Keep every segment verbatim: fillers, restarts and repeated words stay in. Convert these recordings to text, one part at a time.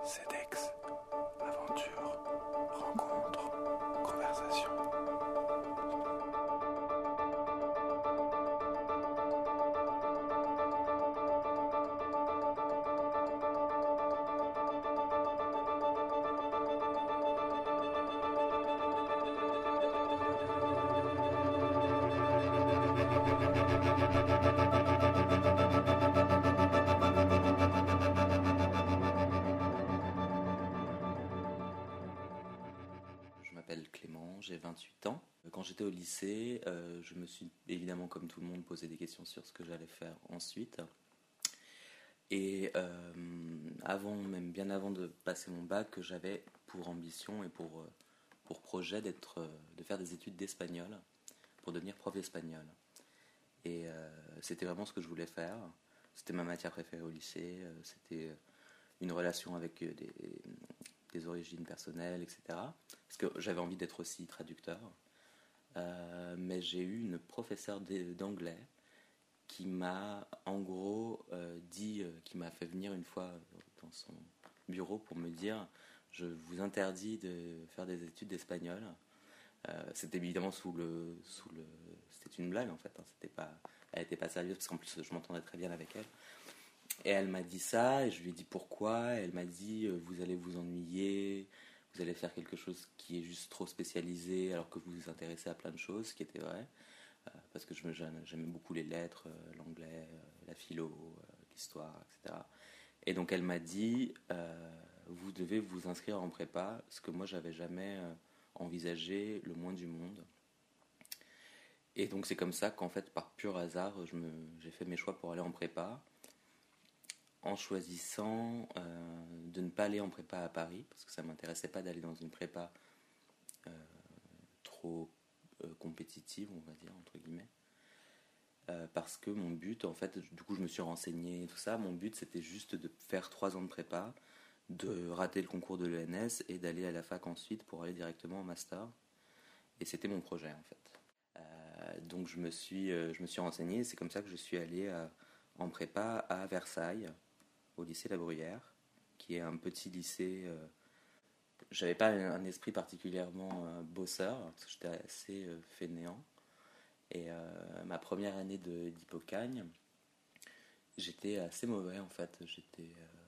CEDEX, aventure, rencontre, conversation. Je m'appelle Clément, j'ai vingt-huit ans. Quand j'étais au lycée, euh, je me suis évidemment, comme tout le monde, posé des questions sur ce que j'allais faire ensuite. Et euh, avant, même bien avant de passer mon bac, j'avais pour ambition et pour, euh, pour projet d'être, euh, de faire des études d'espagnol pour devenir prof d'espagnol. Et euh, c'était vraiment ce que je voulais faire. C'était ma matière préférée au lycée. euh, C'était une relation avec euh, des, des origines personnelles, et cetera. Parce que j'avais envie d'être aussi traducteur. Euh, mais j'ai eu une professeure d- d'anglais qui m'a en gros euh, dit, euh, qui m'a fait venir une fois dans son bureau pour me dire je vous interdis de faire des études d'espagnol. Euh, c'était évidemment sous le, sous le, c'était une blague en fait. Hein, c'était pas, elle n'était pas sérieuse parce qu'en plus je m'entendais très bien avec elle. Et elle m'a dit ça et je lui ai dit pourquoi. Elle m'a dit euh, vous allez vous ennuyer, vous allez faire quelque chose qui est juste trop spécialisé alors que vous vous intéressez à plein de choses, ce qui était vrai. Euh, parce que je me- j'aimais beaucoup les lettres, euh, l'anglais, euh, la philo, euh, l'histoire, et cetera. Et donc elle m'a dit euh, vous devez vous inscrire en prépa, ce que moi j'avais jamais euh, envisagé le moins du monde. Et donc c'est comme ça qu'en fait par pur hasard je me, j'ai fait mes choix pour aller en prépa en choisissant euh, de ne pas aller en prépa à Paris parce que ça m'intéressait pas d'aller dans une prépa euh, trop euh, compétitive, on va dire entre guillemets. Euh, parce que mon but, en fait, du coup, je me suis renseigné et tout ça. Mon but, c'était juste de faire trois ans de prépa, de rater le concours de l'E N S et d'aller à la fac ensuite pour aller directement en master. Et c'était mon projet, en fait. Euh, donc, je me suis, euh, je me suis renseigné. Et c'est comme ça que je suis allé euh, en prépa à Versailles, au lycée La Bruyère, qui est un petit lycée. Euh, j'avais pas un, un esprit particulièrement euh, bosseur, parce que j'étais assez euh, fainéant. Et euh, ma première année de, d'hypocagne, j'étais assez mauvais en fait. J'étais,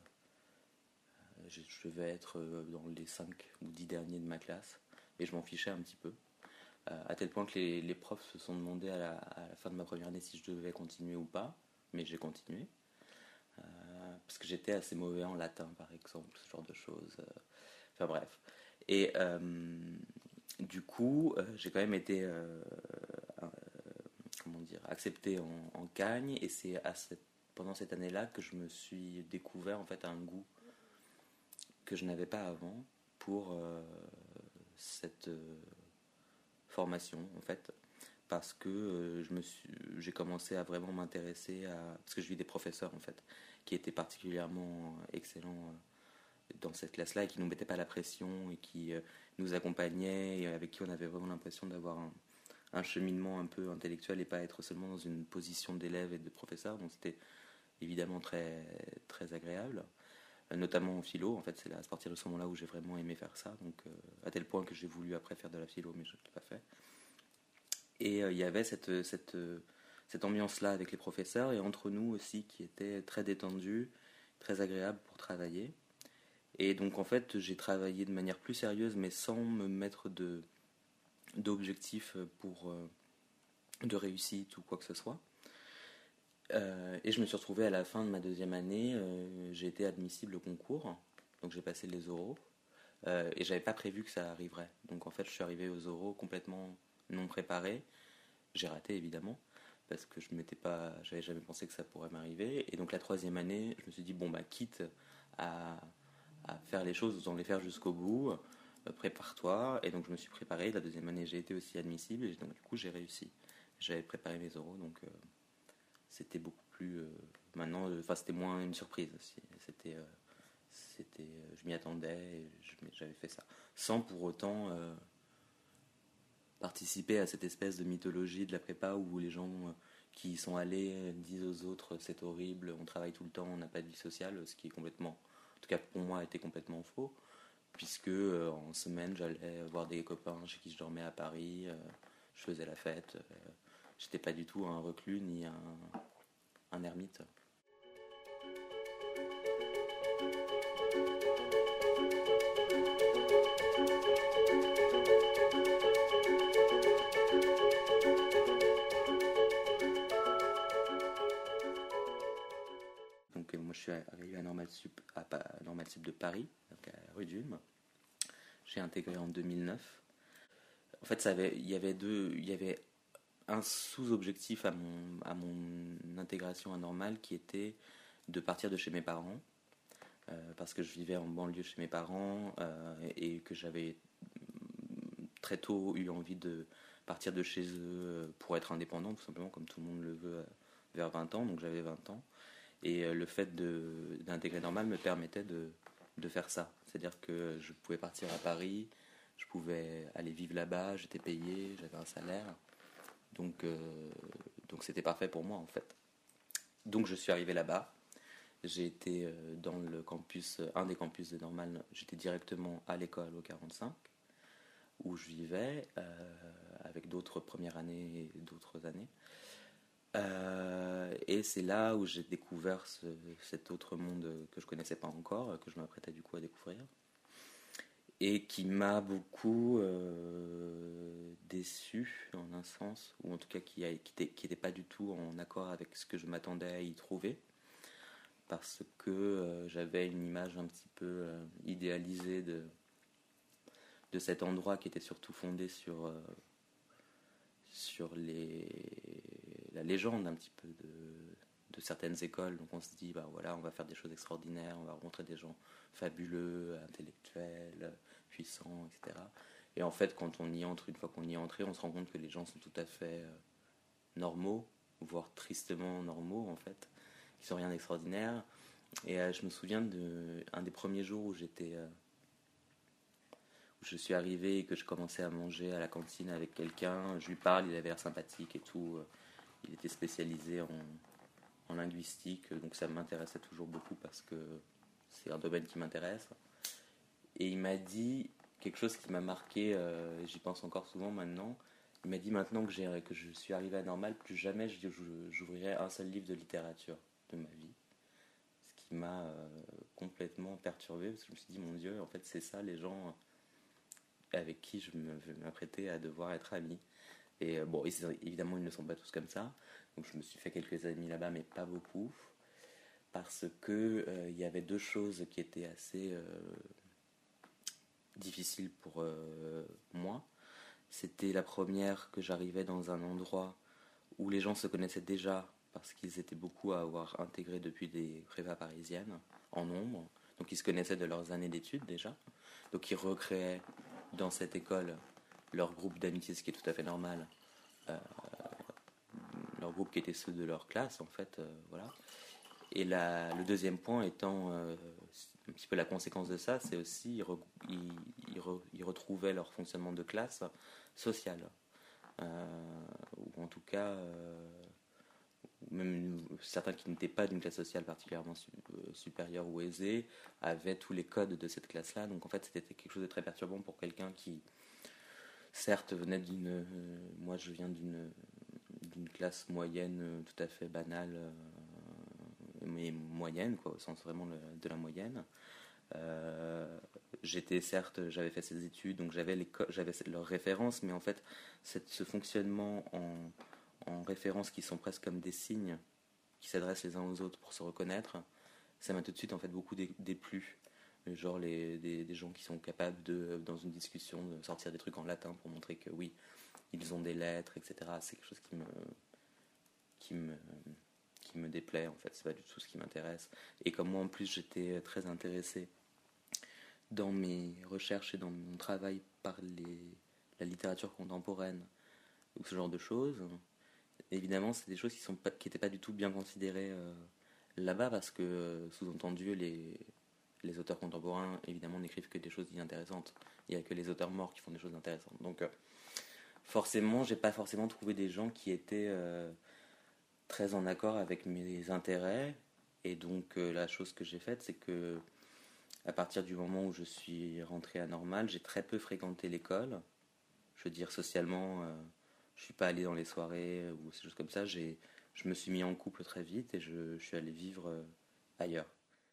euh, je devais être dans les cinq ou dix derniers de ma classe et je m'en fichais un petit peu. Euh, à tel point que les, les profs se sont demandé à la, à la fin de ma première année si je devais continuer ou pas, mais j'ai continué. Euh, parce que j'étais assez mauvais en latin par exemple, ce genre de choses. Euh, enfin bref. Et euh, du coup, euh, j'ai quand même été euh, euh, comment dire, accepté en, en Cagne et c'est à cette, pendant cette année-là que je me suis découvert en fait un goût que je n'avais pas avant pour euh, cette euh, formation en fait parce que euh, je me suis, j'ai commencé à vraiment m'intéresser à parce que j'ai eu des professeurs en fait qui étaient particulièrement excellents euh, dans cette classe-là et qui nous mettaient pas la pression et qui euh, nous accompagnaient et avec qui on avait vraiment l'impression d'avoir un, un cheminement un peu intellectuel et pas être seulement dans une position d'élève et de professeur. Donc c'était évidemment très, très agréable, euh, notamment en philo. En fait, c'est à partir de ce moment-là où j'ai vraiment aimé faire ça. Donc euh, à tel point que j'ai voulu après faire de la philo, mais je ne l'ai pas fait. Et il euh, y avait cette, cette, cette ambiance-là avec les professeurs et entre nous aussi qui était très détendue, très agréable pour travailler. Et donc en fait, j'ai travaillé de manière plus sérieuse, mais sans me mettre de, d'objectifs pour euh, de réussite ou quoi que ce soit. Euh, et je me suis retrouvé à la fin de ma deuxième année, euh, j'ai été admissible au concours, donc j'ai passé les oraux, euh, et j'avais pas prévu que ça arriverait. Donc en fait, je suis arrivé aux oraux complètement non préparé. J'ai raté évidemment parce que je m'étais pas, j'avais jamais pensé que ça pourrait m'arriver. Et donc la troisième année, je me suis dit bon bah quitte à, à faire les choses, autant les faire jusqu'au bout. Euh, prépare-toi. Et donc je me suis préparé. La deuxième année, j'ai été aussi admissible et donc du coup j'ai réussi. J'avais préparé mes oraux, donc euh, c'était beaucoup plus. Euh, maintenant, enfin euh, c'était moins une surprise aussi. C'était, euh, c'était, euh, je m'y attendais et je, j'avais fait ça sans pour autant. Euh, participer à cette espèce de mythologie de la prépa où les gens qui y sont allés disent aux autres c'est horrible, on travaille tout le temps, on n'a pas de vie sociale, ce qui est complètement en tout cas pour moi, était complètement faux, puisque euh, en semaine, j'allais voir des copains chez qui je dormais à Paris, euh, je faisais la fête, euh, j'étais pas du tout un reclus ni un, un ermite. Donc euh, moi je suis arrivé à Normal Sup, à, à Normal Sup de Paris, donc à rue d'Ulm. J'ai intégré en deux mille neuf. En fait, ça avait, il y avait deux, il y avait un sous-objectif à mon, à mon intégration à Normal qui était de partir de chez mes parents, euh, parce que je vivais en banlieue chez mes parents euh, et que j'avais très tôt eu envie de partir de chez eux pour être indépendant, tout simplement comme tout le monde le veut vers vingt ans, donc j'avais vingt ans. Et le fait de, d'intégrer Normal me permettait de, de faire ça. C'est-à-dire que je pouvais partir à Paris, je pouvais aller vivre là-bas, j'étais payé, j'avais un salaire. Donc, euh, donc c'était parfait pour moi en fait. Donc je suis arrivé là-bas. J'ai été dans le campus, un des campus de Normal. J'étais directement à l'école au quarante-cinq, où je vivais, euh, avec d'autres premières années et d'autres années. Euh, et c'est là où j'ai découvert ce, cet autre monde que je connaissais pas encore, que je m'apprêtais du coup à découvrir, et qui m'a beaucoup euh, déçu en un sens, ou en tout cas qui n'était pas du tout en accord avec ce que je m'attendais à y trouver, parce que euh, j'avais une image un petit peu euh, idéalisée de, de cet endroit qui était surtout fondé sur... Euh, sur les, la légende un petit peu de, de certaines écoles. Donc on se dit, bah voilà, on va faire des choses extraordinaires, on va rencontrer des gens fabuleux, intellectuels, puissants, et cetera. Et en fait, quand on y entre, une fois qu'on y est entré, on se rend compte que les gens sont tout à fait euh, normaux, voire tristement normaux en fait, qui sont rien d'extraordinaire. Et euh, je me souviens de un des premiers jours où j'étais... Euh, je suis arrivé et que je commençais à manger à la cantine avec quelqu'un, je lui parle, il avait l'air sympathique et tout, il était spécialisé en, en linguistique, donc ça m'intéressait toujours beaucoup parce que c'est un domaine qui m'intéresse. Et il m'a dit quelque chose qui m'a marqué, euh, j'y pense encore souvent maintenant, il m'a dit maintenant que, j'ai, que je suis arrivé à Normal, plus jamais j'ouvrirai un seul livre de littérature de ma vie. Ce qui m'a euh, complètement perturbé, parce que je me suis dit, mon Dieu, en fait c'est ça les gens... avec qui je me, m'apprêtais à devoir être ami. Et euh, bon, évidemment, ils ne sont pas tous comme ça. Donc je me suis fait quelques amis là-bas, mais pas beaucoup. Parce que euh, il y avait deux choses qui étaient assez euh, difficiles pour euh, moi. C'était la première, que j'arrivais dans un endroit où les gens se connaissaient déjà, parce qu'ils étaient beaucoup à avoir intégré depuis des prépas parisiennes, en nombre. Donc ils se connaissaient de leurs années d'études déjà. Donc ils recréaient dans cette école leur groupe d'amitié, ce qui est tout à fait normal, euh, leur groupe qui était ceux de leur classe en fait, euh, voilà. Et la, le deuxième point étant euh, un petit peu la conséquence de ça, c'est aussi ils, re, ils, ils, re, ils retrouvaient leur fonctionnement de classe sociale, euh, ou en tout cas euh, même certains qui n'étaient pas d'une classe sociale particulièrement su, euh, supérieure ou aisée avaient tous les codes de cette classe-là. Donc en fait, c'était quelque chose de très perturbant pour quelqu'un qui, certes, venait d'une... Euh, moi, je viens d'une, d'une classe moyenne euh, tout à fait banale, euh, mais moyenne, quoi, au sens vraiment le, de la moyenne. Euh, j'étais certes, j'avais fait ces études, donc j'avais, les, j'avais leurs références, mais en fait, cette, ce fonctionnement en... en références qui sont presque comme des signes qui s'adressent les uns aux autres pour se reconnaître, ça m'a tout de suite en fait beaucoup déplu. Genre les, des, des gens qui sont capables de, dans une discussion, de sortir des trucs en latin pour montrer que oui, ils ont des lettres, et cetera. C'est quelque chose qui me, qui me, qui me déplaît en fait, c'est pas du tout ce qui m'intéresse. Et comme moi en plus j'étais très intéressé dans mes recherches et dans mon travail par les, la littérature contemporaine ou ce genre de choses, évidemment, c'est des choses qui n'étaient pas, pas du tout bien considérées euh, là-bas, parce que, euh, sous-entendu, les, les auteurs contemporains, évidemment, n'écrivent que des choses inintéressantes. Il n'y a que les auteurs morts qui font des choses intéressantes. Donc, euh, forcément, j'ai pas forcément trouvé des gens qui étaient euh, très en accord avec mes intérêts. Et donc, euh, la chose que j'ai faite, c'est que à partir du moment où je suis rentré à Normal, j'ai très peu fréquenté l'école. Je veux dire, socialement, euh, je suis pas allé dans les soirées ou ces choses comme ça. J'ai, je me suis mis en couple très vite et je, je suis allé vivre euh, ailleurs.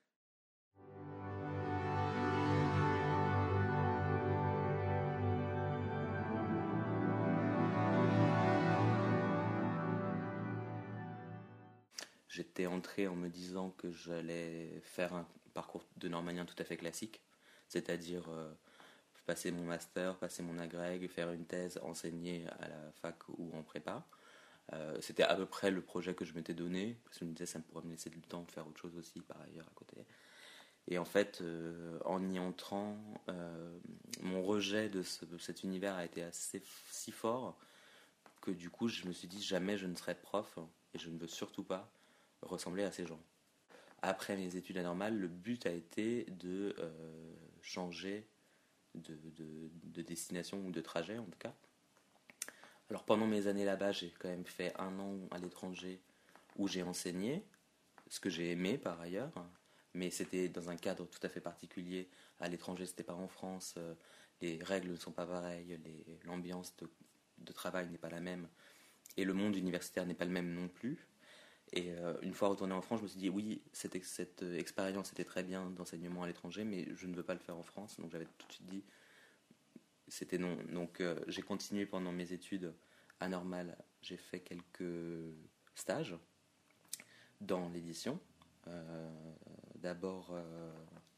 J'étais entré en me disant que j'allais faire un parcours de normalien tout à fait classique, c'est-à-dire euh, passer mon master, passer mon agrég, faire une thèse, enseigner à la fac ou en prépa. Euh, c'était à peu près le projet que je m'étais donné, parce que je me disais ça me pourrait me laisser du temps de faire autre chose aussi par ailleurs à côté. Et en fait, euh, en y entrant, euh, mon rejet de, ce, de cet univers a été assez si fort que du coup je me suis dit jamais je ne serai prof et je ne veux surtout pas ressembler à ces gens. Après mes études anormales, le but a été de euh, changer de, de, de destination ou de trajet en tout cas. Alors pendant mes années là-bas, j'ai quand même fait un an à l'étranger où j'ai enseigné, ce que j'ai aimé par ailleurs, mais c'était dans un cadre tout à fait particulier. À l'étranger, c'était pas en France, euh, les règles ne sont pas pareilles, les, l'ambiance de, de travail n'est pas la même, et le monde universitaire n'est pas le même non plus. Et euh, une fois retourné en France, je me suis dit oui, cette, cette expérience était très bien d'enseignement à l'étranger, mais je ne veux pas le faire en France, donc j'avais tout de suite dit c'était non. Donc euh, j'ai continué pendant mes études à Normal, j'ai fait quelques stages dans l'édition. Euh, d'abord euh,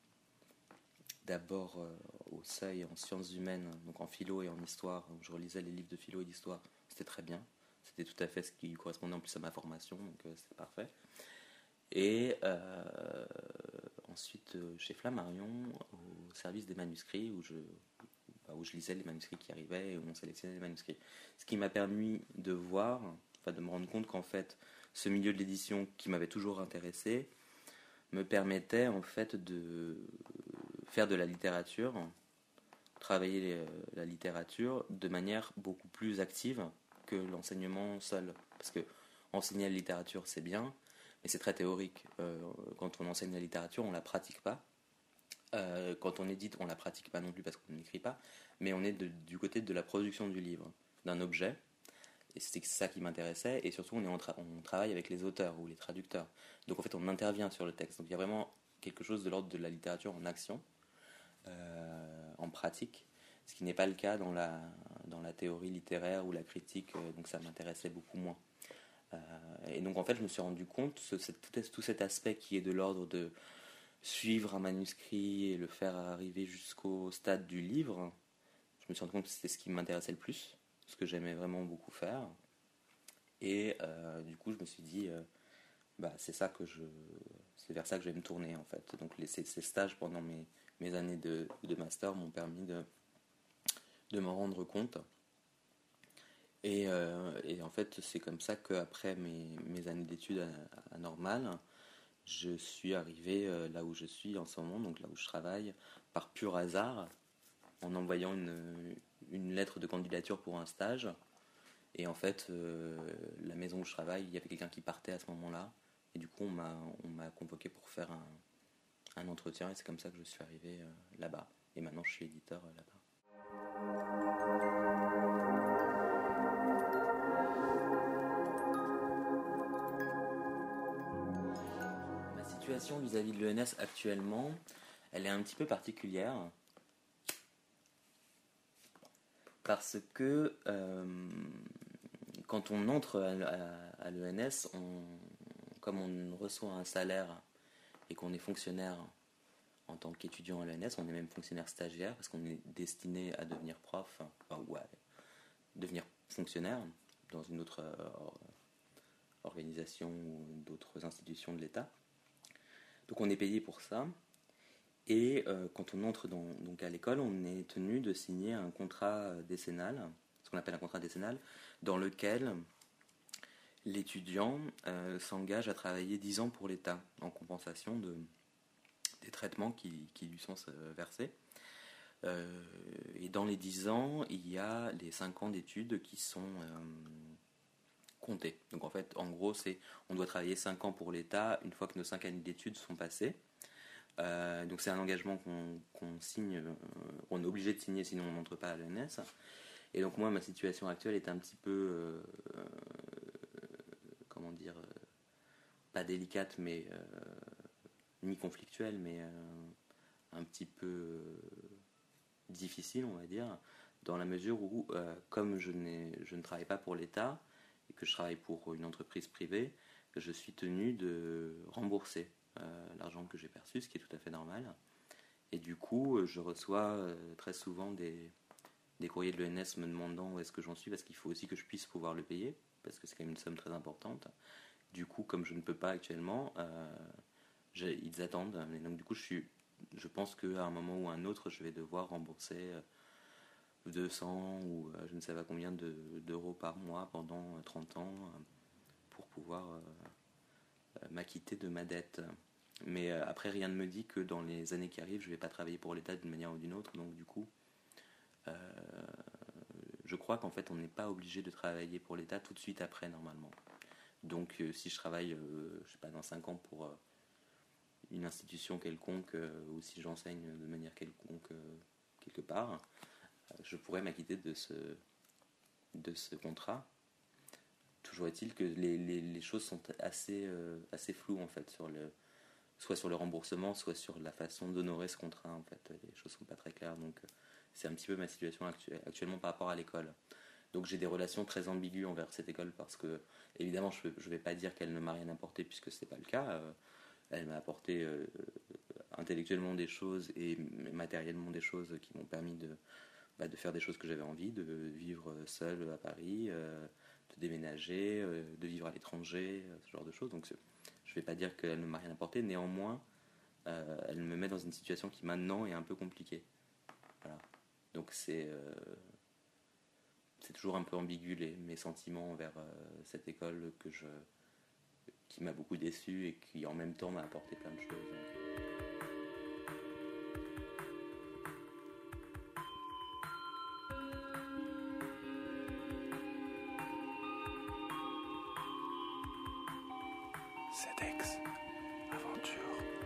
d'abord euh, au Seuil en sciences humaines, donc en philo et en histoire, où je relisais les livres de philo et d'histoire, c'était très bien. C'était tout à fait ce qui correspondait en plus à ma formation, donc euh, c'était parfait. Et euh, ensuite euh, chez Flammarion, au service des manuscrits, où je, bah, où je lisais les manuscrits qui arrivaient et où on sélectionnait les manuscrits. Ce qui m'a permis de voir, enfin de me rendre compte qu'en fait, ce milieu de l'édition qui m'avait toujours intéressé me permettait en fait de faire de la littérature, travailler les, la littérature de manière beaucoup plus active que l'enseignement seul. Parce que enseigner la littérature, c'est bien, mais c'est très théorique. Euh, quand on enseigne la littérature, on ne la pratique pas. Euh, quand on édite, on ne la pratique pas non plus parce qu'on n'écrit pas, mais on est de, du côté de la production du livre, d'un objet. Et c'était ça qui m'intéressait. Et surtout, on, est en tra- on travaille avec les auteurs ou les traducteurs. Donc en fait, on intervient sur le texte. Donc il y a vraiment quelque chose de l'ordre de la littérature en action, euh, en pratique, ce qui n'est pas le cas dans la, dans la théorie littéraire ou la critique. Euh, donc ça m'intéressait beaucoup moins. Euh, et donc en fait, je me suis rendu compte, ce, cet, tout, tout cet aspect qui est de l'ordre de suivre un manuscrit et le faire arriver jusqu'au stade du livre, je me suis rendu compte que c'était ce qui m'intéressait le plus, ce que j'aimais vraiment beaucoup faire. Et euh, du coup, je me suis dit, euh, bah, c'est ça que je, c'est vers ça que je vais me tourner en fait. Donc les, ces, ces stages pendant mes, mes années de, de master m'ont permis de, de m'en rendre compte. Et, euh, et en fait, c'est comme ça qu'après mes, mes années d'études à, à Normal, je suis arrivé euh, là où je suis en ce moment, donc là où je travaille, par pur hasard, en envoyant une, une lettre de candidature pour un stage. Et en fait, euh, la maison où je travaille, il y avait quelqu'un qui partait à ce moment-là. Et du coup, on m'a, on m'a convoqué pour faire un, un entretien. Et c'est comme ça que je suis arrivé euh, là-bas. Et maintenant, je suis éditeur euh, là-bas. Ma situation vis-à-vis de l'E N S actuellement, elle est un petit peu particulière. Parce que euh, quand on entre à, à, à l'E N S, on, comme on reçoit un salaire et qu'on est fonctionnaire en tant qu'étudiant à l'E N S, on est même fonctionnaire stagiaire parce qu'on est destiné à devenir prof, enfin, ou à devenir fonctionnaire dans une autre euh, organisation ou d'autres institutions de l'État. Donc on est payé pour ça. Et euh, quand on entre dans, donc à l'école, on est tenu de signer un contrat décennal, ce qu'on appelle un contrat décennal, dans lequel l'étudiant euh, s'engage à travailler dix ans pour l'État en compensation de, des traitements qui, qui lui sont versés. Euh, et dans les dix ans, il y a les cinq ans d'études qui sont euh, comptés. Donc en fait, en gros, c'est on doit travailler cinq ans pour l'État une fois que nos cinq années d'études sont passées. Euh, donc c'est un engagement qu'on, qu'on signe, euh, on est obligé de signer sinon on n'entre pas à l'E N S. Et donc moi ma situation actuelle est un petit peu, euh, euh, comment dire, euh, pas délicate mais euh, ni conflictuelle mais euh, un petit peu euh, difficile on va dire, dans la mesure où euh, comme je, n'ai, je ne travaille pas pour l'État et que je travaille pour une entreprise privée, je suis tenu de rembourser euh, l'argent que j'ai perçu, ce qui est tout à fait normal. Et du coup, je reçois euh, très souvent des, des courriers de l'E N S me demandant où est-ce que j'en suis, parce qu'il faut aussi que je puisse pouvoir le payer, parce que c'est quand même une somme très importante. Du coup, comme je ne peux pas actuellement, euh, ils attendent. Et donc du coup, je, suis, je pense qu'à un moment ou à un autre, je vais devoir rembourser deux cents ou euh, je ne sais pas combien de, d'euros par mois pendant trente ans euh, pour pouvoir euh, m'acquitter de ma dette. Mais euh, après, rien ne me dit que dans les années qui arrivent, je ne vais pas travailler pour l'État d'une manière ou d'une autre. Donc du coup, euh, je crois qu'en fait, on n'est pas obligé de travailler pour l'État tout de suite après, normalement. Donc euh, si je travaille, euh, je sais pas, dans cinq ans pour euh, une institution quelconque, euh, ou si j'enseigne de manière quelconque euh, quelque part, euh, je pourrais m'acquitter de ce, de ce contrat. Toujours est-il que les, les, les choses sont assez, euh, assez floues en fait, sur le, soit sur le remboursement, soit sur la façon d'honorer ce contrat. En fait, les choses sont pas très claires. Donc, euh, c'est un petit peu ma situation actuelle, actuellement par rapport à l'école. Donc, j'ai des relations très ambiguës envers cette école parce que, évidemment, je ne vais pas dire qu'elle ne m'a rien apporté puisque ce n'est pas le cas. Euh, elle m'a apporté euh, intellectuellement des choses et matériellement des choses qui m'ont permis de, bah, de faire des choses que j'avais envie, de vivre seul à Paris, euh, de déménager, euh, de vivre à l'étranger, euh, ce genre de choses. Donc, je ne vais pas dire qu'elle ne m'a rien apporté, néanmoins, euh, elle me met dans une situation qui maintenant est un peu compliquée. Voilà. Donc c'est, euh, c'est toujours un peu ambigu les, mes sentiments envers euh, cette école que je, qui m'a beaucoup déçu et qui en même temps m'a apporté plein de choses. C E D E X, aventure.